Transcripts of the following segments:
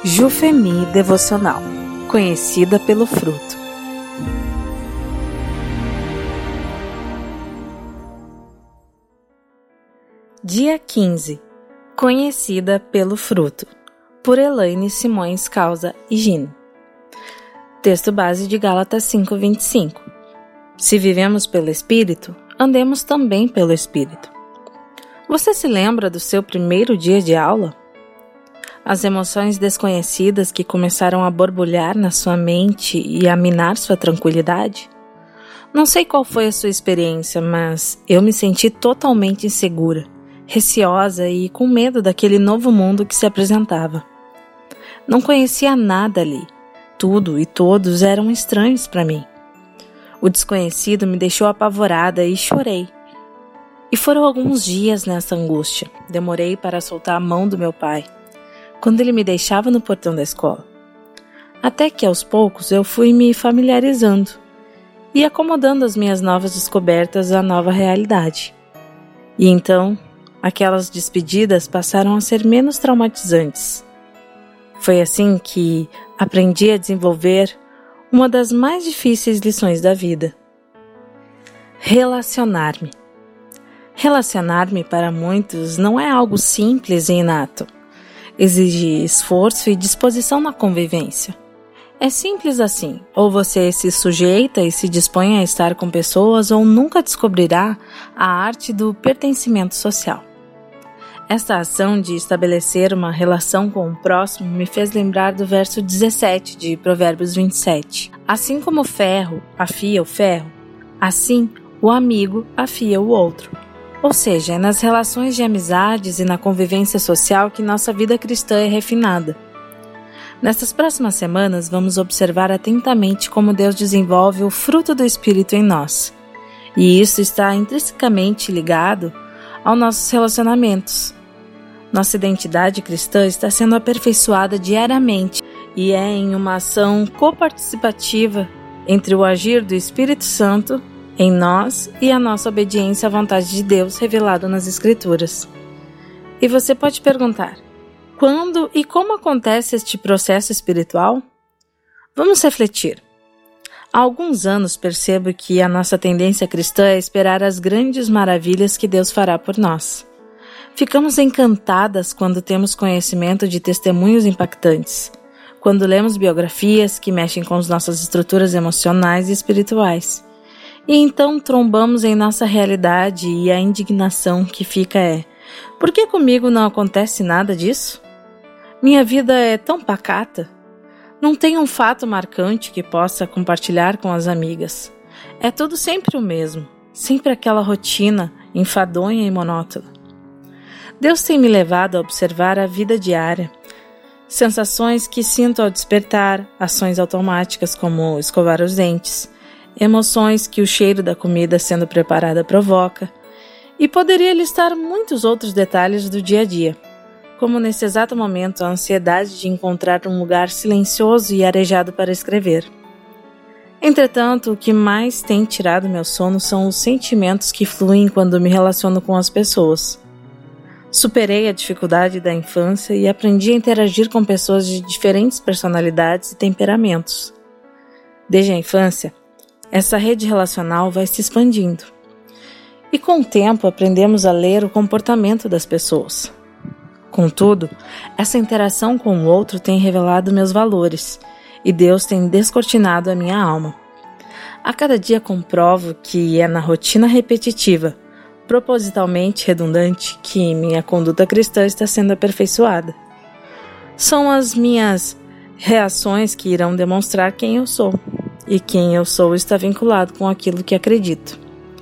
Jufemi Devocional, conhecida pelo fruto. Dia 15. Conhecida pelo fruto, por Elaine Simões Causa e Gino. Texto base de Gálatas 5:25. Se vivemos pelo Espírito, andemos também pelo Espírito. Você se lembra do seu primeiro dia de aula? As emoções desconhecidas que começaram a borbulhar na sua mente e a minar sua tranquilidade? Não sei qual foi a sua experiência, mas eu me senti totalmente insegura, receosa e com medo daquele novo mundo que se apresentava. Não conhecia nada ali. Tudo e todos eram estranhos para mim. O desconhecido me deixou apavorada e chorei. E foram alguns dias nessa angústia. Demorei para soltar a mão do meu pai, quando ele me deixava no portão da escola. Até que aos poucos eu fui me familiarizando e acomodando as minhas novas descobertas à nova realidade. E então, aquelas despedidas passaram a ser menos traumatizantes. Foi assim que aprendi a desenvolver uma das mais difíceis lições da vida: relacionar-me. Relacionar-me para muitos não é algo simples e inato. Exige esforço e disposição na convivência. É simples assim: ou você se sujeita e se dispõe a estar com pessoas, ou nunca descobrirá a arte do pertencimento social. Esta ação de estabelecer uma relação com o próximo me fez lembrar do verso 17 de Provérbios 27. Assim como o ferro afia o ferro, assim o amigo afia o outro. Ou seja, é nas relações de amizades e na convivência social que nossa vida cristã é refinada. Nessas próximas semanas, vamos observar atentamente como Deus desenvolve o fruto do Espírito em nós. E isso está intrinsecamente ligado aos nossos relacionamentos. Nossa identidade cristã está sendo aperfeiçoada diariamente e é em uma ação coparticipativa entre o agir do Espírito Santo em nós e a nossa obediência à vontade de Deus revelado nas Escrituras. E você pode perguntar: quando e como acontece este processo espiritual? Vamos refletir. Há alguns anos percebo que a nossa tendência cristã é esperar as grandes maravilhas que Deus fará por nós. Ficamos encantadas quando temos conhecimento de testemunhos impactantes, quando lemos biografias que mexem com as nossas estruturas emocionais e espirituais. E então trombamos em nossa realidade e a indignação que fica é: por que comigo não acontece nada disso? Minha vida é tão pacata. Não tem um fato marcante que possa compartilhar com as amigas. É tudo sempre o mesmo, sempre aquela rotina enfadonha e monótona. Deus tem me levado a observar a vida diária. Sensações que sinto ao despertar, ações automáticas como escovar os dentes, emoções que o cheiro da comida sendo preparada provoca, e poderia listar muitos outros detalhes do dia a dia, como nesse exato momento a ansiedade de encontrar um lugar silencioso e arejado para escrever. Entretanto, o que mais tem tirado meu sono são os sentimentos que fluem quando me relaciono com as pessoas. Superei a dificuldade da infância e aprendi a interagir com pessoas de diferentes personalidades e temperamentos. Desde a infância, essa rede relacional vai se expandindo. E com o tempo aprendemos a ler o comportamento das pessoas. Contudo, essa interação com o outro tem revelado meus valores, e Deus tem descortinado a minha alma. A cada dia comprovo que é na rotina repetitiva, propositalmente redundante, que minha conduta cristã está sendo aperfeiçoada. São as minhas reações que irão demonstrar quem eu sou. E quem eu sou está vinculado com aquilo que acredito.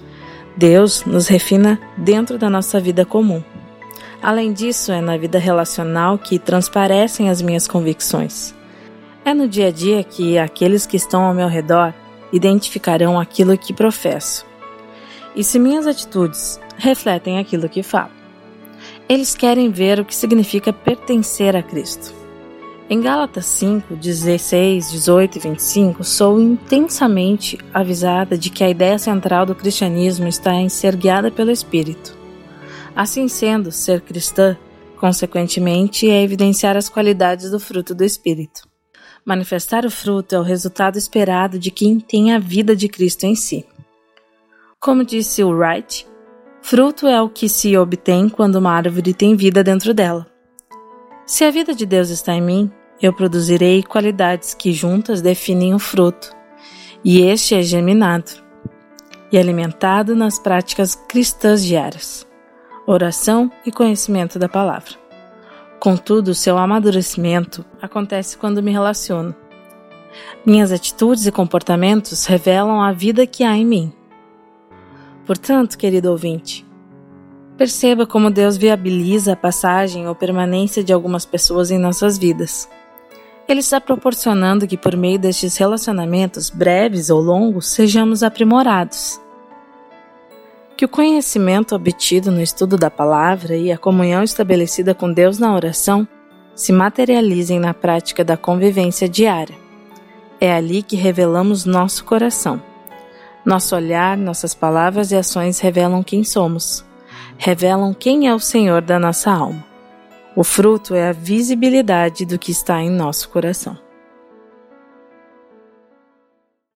Deus nos refina dentro da nossa vida comum. Além disso, é na vida relacional que transparecem as minhas convicções. É no dia a dia que aqueles que estão ao meu redor identificarão aquilo que professo. E se minhas atitudes refletem aquilo que falo, eles querem ver o que significa pertencer a Cristo. Em Gálatas 5, 16, 18 e 25, sou intensamente avisada de que a ideia central do cristianismo está em ser guiada pelo Espírito. Assim sendo, ser cristã Consequentemente, é evidenciar as qualidades do fruto do Espírito. Manifestar o fruto é o resultado esperado de quem tem a vida de Cristo em si. Como disse o Wright, fruto é o que se obtém quando uma árvore tem vida dentro dela. Se a vida de Deus está em mim, eu produzirei qualidades que juntas definem o fruto, e este é geminado e alimentado nas práticas cristãs diárias, oração e conhecimento da palavra. Contudo, seu amadurecimento acontece quando me relaciono. Minhas atitudes e comportamentos revelam a vida que há em mim. Portanto, querido ouvinte, perceba como Deus viabiliza a passagem ou permanência de algumas pessoas em nossas vidas. Ele está proporcionando que por meio destes relacionamentos, breves ou longos, sejamos aprimorados. Que o conhecimento obtido no estudo da palavra e a comunhão estabelecida com Deus na oração se materializem na prática da convivência diária. É ali que revelamos nosso coração. Nosso olhar, nossas palavras e ações revelam quem somos. Revelam quem é o Senhor da nossa alma. O fruto é a visibilidade do que está em nosso coração.